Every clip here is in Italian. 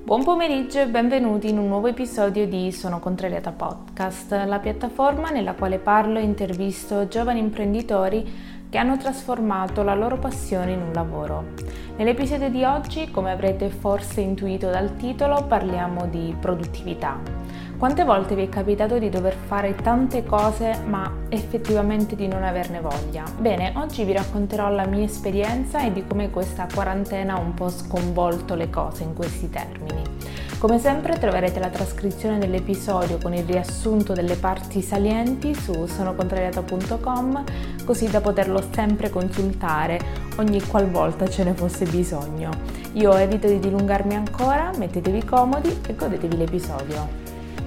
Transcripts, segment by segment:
Buon pomeriggio e benvenuti in un nuovo episodio di Sono Contrariata Podcast, la piattaforma nella quale parlo e intervisto giovani imprenditori che hanno trasformato la loro passione in un lavoro. Nell'episodio di oggi, come avrete forse intuito dal titolo, parliamo di produttività. Quante volte vi è capitato di dover fare tante cose ma effettivamente di non averne voglia? Bene, oggi vi racconterò la mia esperienza e di come questa quarantena ha un po' sconvolto le cose in questi termini. Come sempre troverete la trascrizione dell'episodio con il riassunto delle parti salienti su sonocontrariata.com, così da poterlo sempre consultare ogni qualvolta ce ne fosse bisogno. Io evito di dilungarmi ancora, mettetevi comodi e godetevi l'episodio.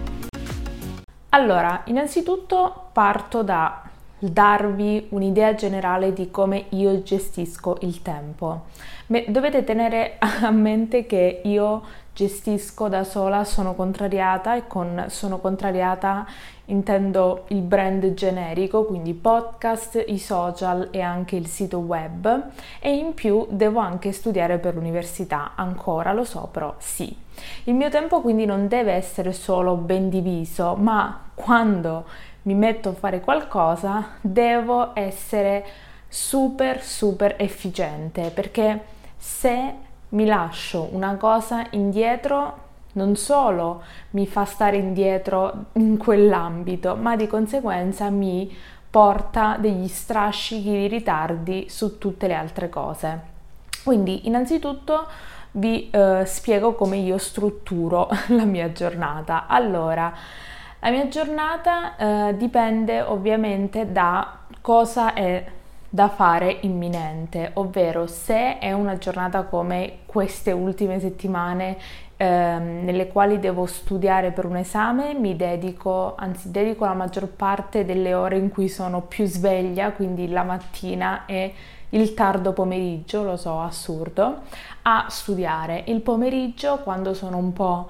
Allora, innanzitutto parto da darvi un'idea generale di come io gestisco il tempo. Dovete tenere a mente che io gestisco da sola Sono Contrariata e con Sono Contrariata intendo il brand generico, quindi podcast, i social e anche il sito web, e in più devo anche studiare per l'università, ancora lo so, però sì. Il mio tempo quindi non deve essere solo ben diviso, ma quando mi metto a fare qualcosa devo essere super efficiente, perché se mi lascio una cosa indietro non solo mi fa stare indietro in quell'ambito, ma di conseguenza mi porta degli strascichi di ritardi su tutte le altre cose. Quindi innanzitutto vi spiego come io strutturo la mia giornata. Allora, la mia giornata dipende ovviamente da cosa è da fare imminente, ovvero se è una giornata come queste ultime settimane nelle quali devo studiare per un esame, dedico la maggior parte delle ore in cui sono più sveglia, quindi la mattina e il tardo pomeriggio, lo so, assurdo, a studiare. Il pomeriggio, quando sono un po'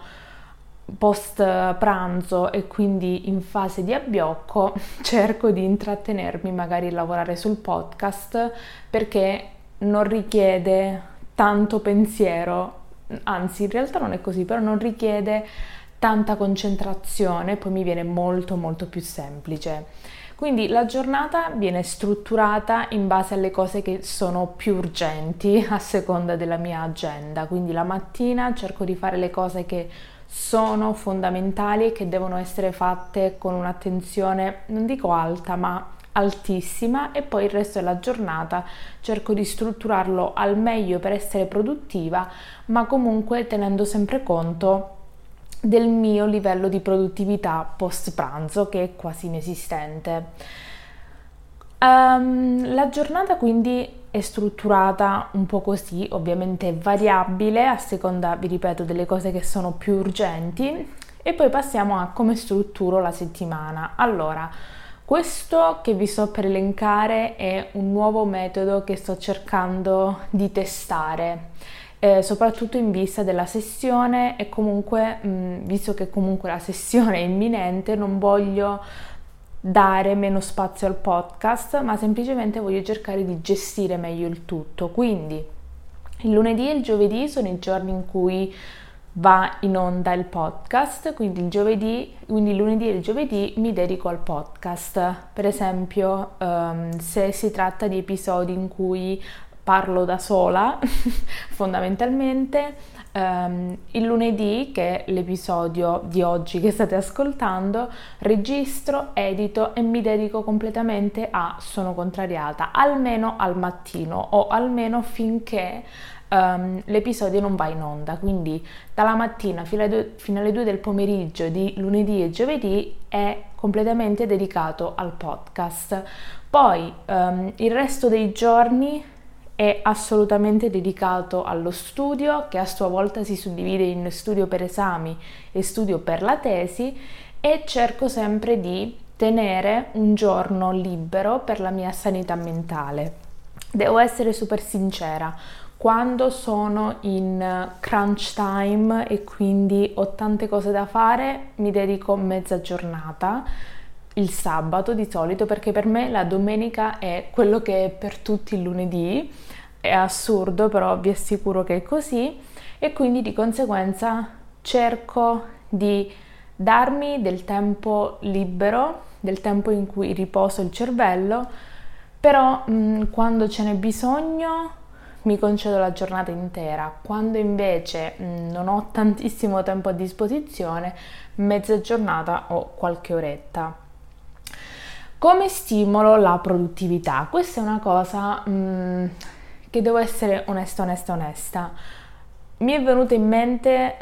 post pranzo e quindi in fase di abbiocco, cerco di intrattenermi, magari lavorare sul podcast, perché non richiede tanto pensiero, anzi in realtà non è così, però non richiede tanta concentrazione, poi mi viene molto più semplice. Quindi la giornata viene strutturata in base alle cose che sono più urgenti a seconda della mia agenda, quindi la mattina cerco di fare le cose che sono fondamentali e che devono essere fatte con un'attenzione, non dico alta, ma altissima, e poi il resto della giornata cerco di strutturarlo al meglio per essere produttiva, ma comunque tenendo sempre conto del mio livello di produttività post pranzo, che è quasi inesistente. La giornata quindi è strutturata un po' così, ovviamente è variabile a seconda, vi ripeto, delle cose che sono più urgenti, e poi passiamo a come strutturo la settimana. Allora, questo che vi sto per elencare è un nuovo metodo che sto cercando di testare, soprattutto in vista della sessione, e comunque, visto che comunque la sessione è imminente, non voglio dare meno spazio al podcast, ma semplicemente voglio cercare di gestire meglio il tutto. Quindi il lunedì e il giovedì sono i giorni in cui va in onda il podcast, quindi il lunedì e il giovedì mi dedico al podcast. Per esempio, se si tratta di episodi in cui parlo da sola fondamentalmente, il lunedì, che è l'episodio di oggi che state ascoltando, registro, edito e mi dedico completamente a Sono Contrariata, almeno al mattino o almeno finché l'episodio non va in onda. Quindi dalla mattina fino alle 2 del pomeriggio di lunedì e giovedì è completamente dedicato al podcast. Poi il resto dei giorni è assolutamente dedicato allo studio, che a sua volta si suddivide in studio per esami e studio per la tesi, e cerco sempre di tenere un giorno libero per la mia sanità mentale. Devo essere super sincera, quando sono in crunch time e quindi ho tante cose da fare, mi dedico mezza giornata, il sabato di solito, perché per me la domenica è quello che è per tutti il lunedì. È assurdo, però vi assicuro che è così, e quindi di conseguenza cerco di darmi del tempo libero, del tempo in cui riposo il cervello, però quando ce n'è bisogno mi concedo la giornata intera. Quando invece non ho tantissimo tempo a disposizione, mezza giornata o qualche oretta. Come stimolo la produttività? Questa è una cosa che devo essere onesta. Mi è venuta in mente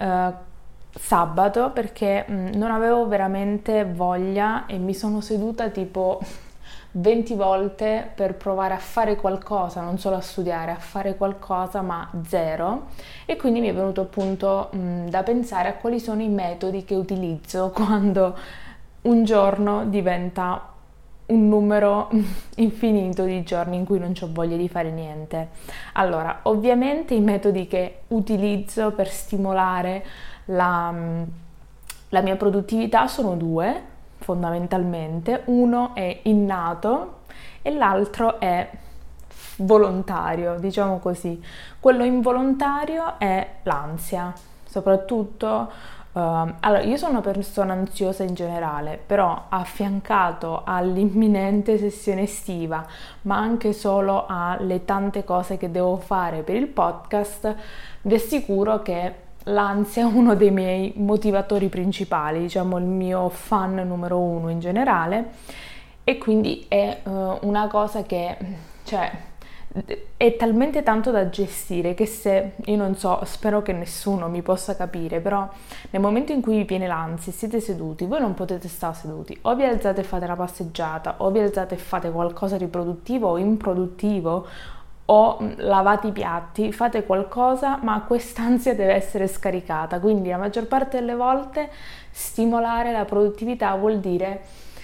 sabato perché non avevo veramente voglia e mi sono seduta tipo 20 volte per provare a fare qualcosa, non solo a studiare, a fare qualcosa, ma zero. E quindi mi è venuto appunto da pensare a quali sono i metodi che utilizzo quando un giorno diventa un numero infinito di giorni in cui non ho voglia di fare niente. Allora, ovviamente i metodi che utilizzo per stimolare la mia produttività sono due, fondamentalmente. Uno è innato e l'altro è volontario, diciamo così. Quello involontario è l'ansia, soprattutto allora, io sono una persona ansiosa in generale, però affiancato all'imminente sessione estiva, ma anche solo alle tante cose che devo fare per il podcast, vi assicuro che l'ansia è uno dei miei motivatori principali, diciamo il mio fan numero uno in generale, e quindi è una cosa che, cioè, è talmente tanto da gestire che se, io non so, spero che nessuno mi possa capire, però nel momento in cui vi viene l'ansia e siete seduti, voi non potete stare seduti, o vi alzate e fate una passeggiata, o vi alzate e fate qualcosa di produttivo o improduttivo, o lavate i piatti, fate qualcosa, ma quest'ansia deve essere scaricata, quindi la maggior parte delle volte stimolare la produttività vuol dire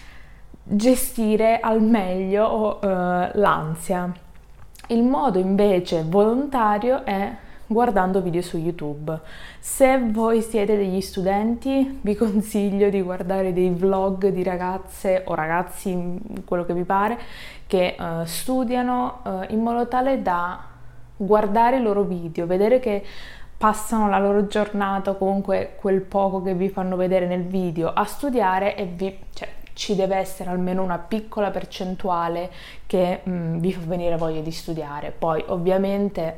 gestire al meglio l'ansia. Il modo invece volontario è guardando video su YouTube. Se voi siete degli studenti, vi consiglio di guardare dei vlog di ragazze o ragazzi, quello che vi pare, che studiano in modo tale da guardare i loro video, vedere che passano la loro giornata o comunque quel poco che vi fanno vedere nel video a studiare e ci deve essere almeno una piccola percentuale che vi fa venire voglia di studiare. Poi ovviamente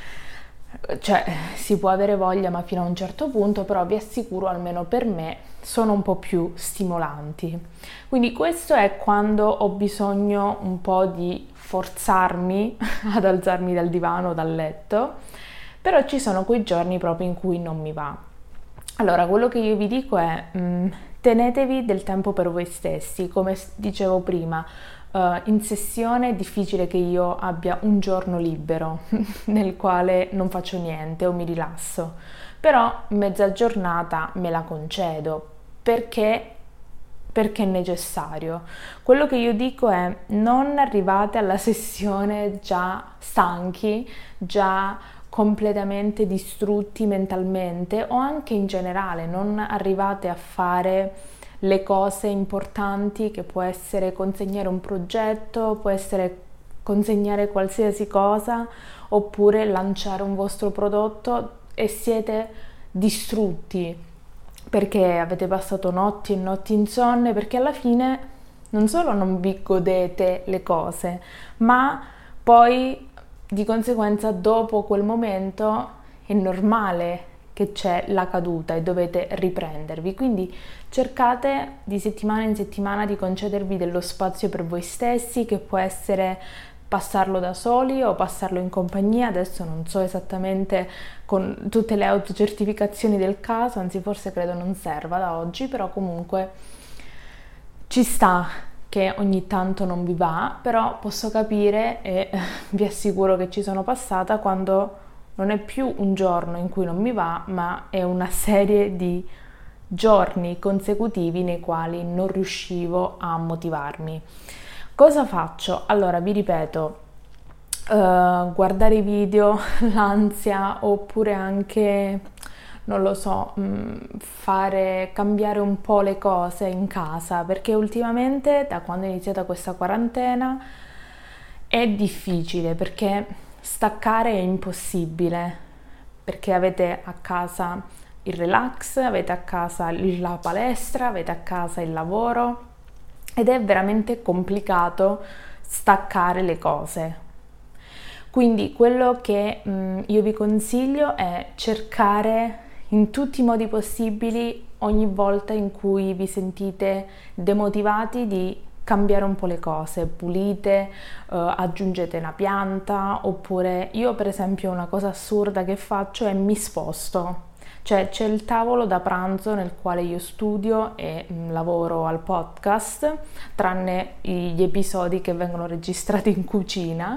si può avere voglia ma fino a un certo punto, però vi assicuro, almeno per me, sono un po' più stimolanti. Quindi questo è quando ho bisogno un po' di forzarmi ad alzarmi dal divano o dal letto, però ci sono quei giorni proprio in cui non mi va. Allora, quello che io vi dico è tenetevi del tempo per voi stessi. Come dicevo prima, in sessione è difficile che io abbia un giorno libero nel quale non faccio niente o mi rilasso, però mezza giornata me la concedo perché è necessario. Quello che io dico è: non arrivate alla sessione già stanchi, già completamente distrutti mentalmente, o anche in generale non arrivate a fare le cose importanti, che può essere consegnare un progetto, può essere consegnare qualsiasi cosa, oppure lanciare un vostro prodotto, e siete distrutti perché avete passato notti e notti insonne, perché alla fine non solo non vi godete le cose, ma poi di conseguenza dopo quel momento è normale che c'è la caduta e dovete riprendervi. Quindi cercate di settimana in settimana di concedervi dello spazio per voi stessi, che può essere passarlo da soli o passarlo in compagnia. Adesso non so esattamente con tutte le autocertificazioni del caso, anzi forse credo non serva da oggi, però comunque ci sta che ogni tanto non vi va, però posso capire, e vi assicuro che ci sono passata, quando non è più un giorno in cui non mi va, ma è una serie di giorni consecutivi nei quali non riuscivo a motivarmi. Cosa faccio? Allora, vi ripeto, guardare i video, l'ansia, oppure anche, non lo so, cambiare un po' le cose in casa, perché ultimamente, da quando è iniziata questa quarantena, è difficile, perché staccare è impossibile, perché avete a casa il relax, avete a casa la palestra, avete a casa il lavoro ed è veramente complicato staccare le cose. Quindi quello che io vi consiglio è cercare in tutti i modi possibili, ogni volta in cui vi sentite demotivati, di cambiare un po' le cose, pulite, aggiungete una pianta, oppure io per esempio una cosa assurda che faccio è mi sposto. Cioè c'è il tavolo da pranzo nel quale io studio e lavoro al podcast, tranne gli episodi che vengono registrati in cucina,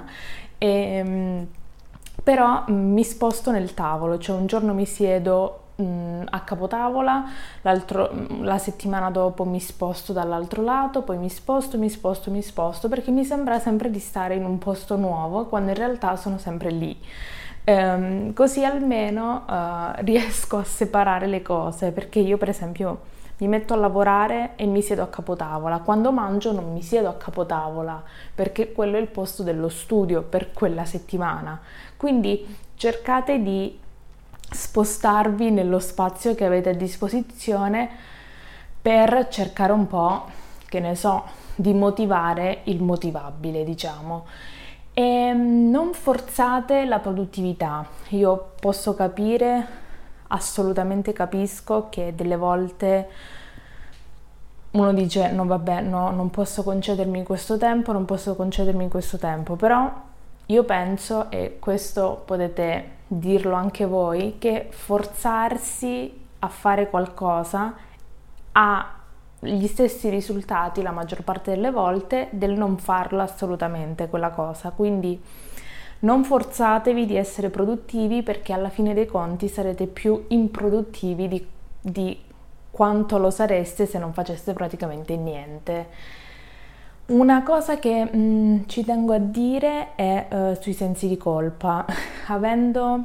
però mi sposto nel tavolo, cioè un giorno mi siedo a capotavola, la settimana dopo mi sposto dall'altro lato, poi mi sposto, perché mi sembra sempre di stare in un posto nuovo quando in realtà sono sempre lì. Così almeno riesco a separare le cose, perché io per esempio mi metto a lavorare e mi siedo a capotavola, quando mangio non mi siedo a capotavola perché quello è il posto dello studio per quella settimana, quindi cercate di spostarvi nello spazio che avete a disposizione per cercare un po', che ne so, di motivare il motivabile, diciamo. E non forzate la produttività. Io posso capire, assolutamente capisco che delle volte uno dice no vabbè, no, non posso concedermi questo tempo, però io penso, e questo potete dirlo anche voi, che forzarsi a fare qualcosa ha gli stessi risultati la maggior parte delle volte del non farlo assolutamente quella cosa, quindi non forzatevi di essere produttivi, perché alla fine dei conti sarete più improduttivi di quanto lo sareste se non faceste praticamente niente. Una cosa che ci tengo a dire è sui sensi di colpa. Avendo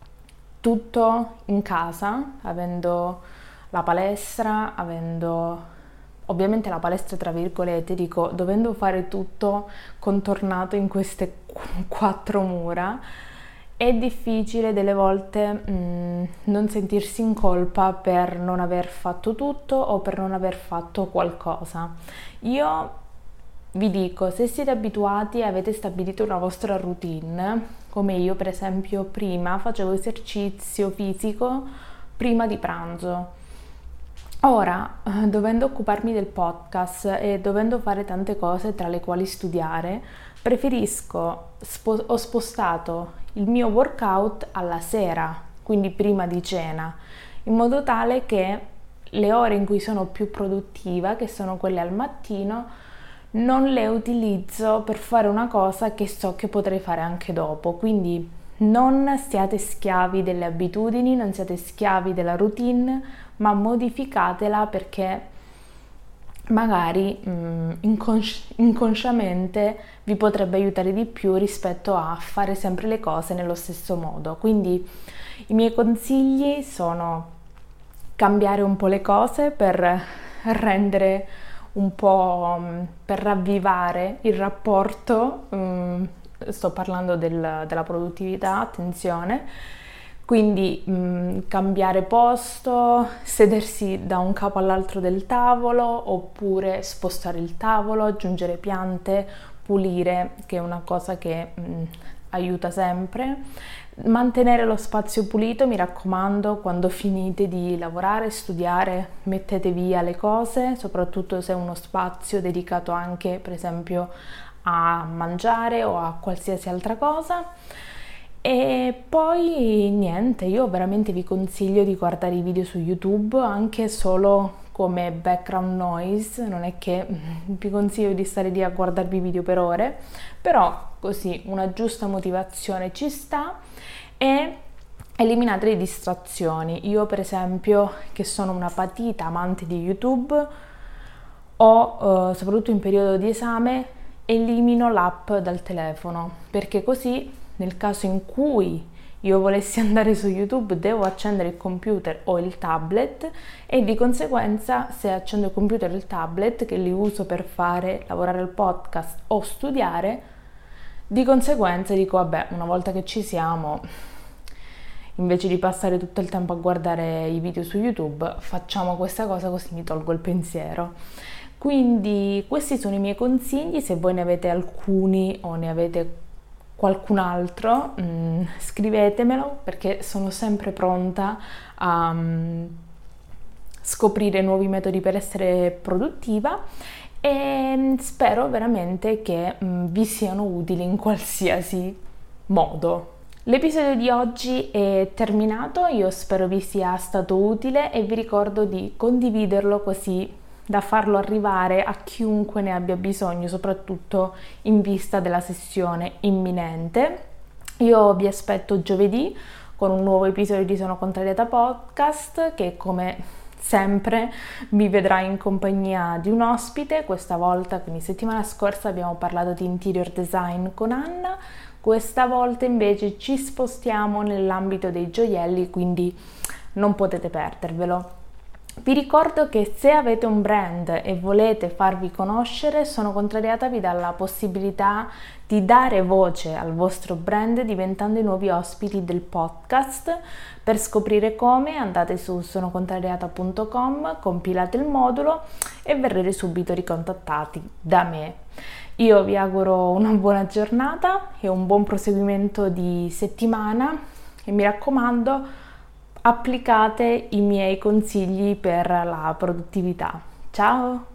tutto in casa, avendo la palestra, avendo ovviamente la palestra tra virgolette, dico, dovendo fare tutto contornato in queste 4 mura, è difficile delle volte non sentirsi in colpa per non aver fatto tutto o per non aver fatto qualcosa. Io vi dico, se siete abituati e avete stabilito una vostra routine, come io per esempio prima facevo esercizio fisico prima di pranzo, ora dovendo occuparmi del podcast e dovendo fare tante cose tra le quali studiare, ho spostato il mio workout alla sera, quindi prima di cena, in modo tale che le ore in cui sono più produttiva, che sono quelle al mattino, non le utilizzo per fare una cosa che so che potrei fare anche dopo. Quindi non siate schiavi delle abitudini, non siate schiavi della routine, ma modificatela, perché magari inconsciamente vi potrebbe aiutare di più rispetto a fare sempre le cose nello stesso modo. Quindi i miei consigli sono cambiare un po' le cose per rendere un po', per ravvivare il rapporto, sto parlando della produttività, attenzione, quindi cambiare posto, sedersi da un capo all'altro del tavolo, oppure spostare il tavolo, aggiungere piante, pulire, che è una cosa che aiuta sempre. Mantenere lo spazio pulito, mi raccomando, quando finite di lavorare, studiare, mettete via le cose, soprattutto se è uno spazio dedicato anche per esempio a mangiare o a qualsiasi altra cosa. E poi niente, io veramente vi consiglio di guardare i video su YouTube, anche solo come background noise, non è che vi consiglio di stare lì a guardarvi video per ore, però così una giusta motivazione ci sta. E eliminate le distrazioni. Io per esempio, che sono una patita amante di YouTube, soprattutto in periodo di esame, elimino l'app dal telefono, perché così nel caso in cui io volessi andare su YouTube devo accendere il computer o il tablet, e di conseguenza se accendo il computer o il tablet, che li uso per lavorare al podcast o studiare, di conseguenza dico vabbè, una volta che ci siamo, invece di passare tutto il tempo a guardare i video su YouTube, facciamo questa cosa così mi tolgo il pensiero. Quindi questi sono i miei consigli, se voi ne avete alcuni o ne avete qualcun altro, scrivetemelo perché sono sempre pronta a scoprire nuovi metodi per essere produttiva e spero veramente che vi siano utili in qualsiasi modo. L'episodio di oggi è terminato, io spero vi sia stato utile e vi ricordo di condividerlo così da farlo arrivare a chiunque ne abbia bisogno, soprattutto in vista della sessione imminente. Io vi aspetto giovedì con un nuovo episodio di Sono Contrariata Podcast che come sempre vi vedrà in compagnia di un ospite. Questa volta, quindi settimana scorsa, abbiamo parlato di interior design con Anna. Questa volta invece ci spostiamo nell'ambito dei gioielli, quindi non potete perdervelo. Vi ricordo che se avete un brand e volete farvi conoscere, Sono Contrariata vi dà la possibilità di dare voce al vostro brand diventando i nuovi ospiti del podcast. Per scoprire come andate su sonocontrariata.com, compilate il modulo e verrete subito ricontattati da me. Io vi auguro una buona giornata e un buon proseguimento di settimana e mi raccomando, applicate i miei consigli per la produttività. Ciao!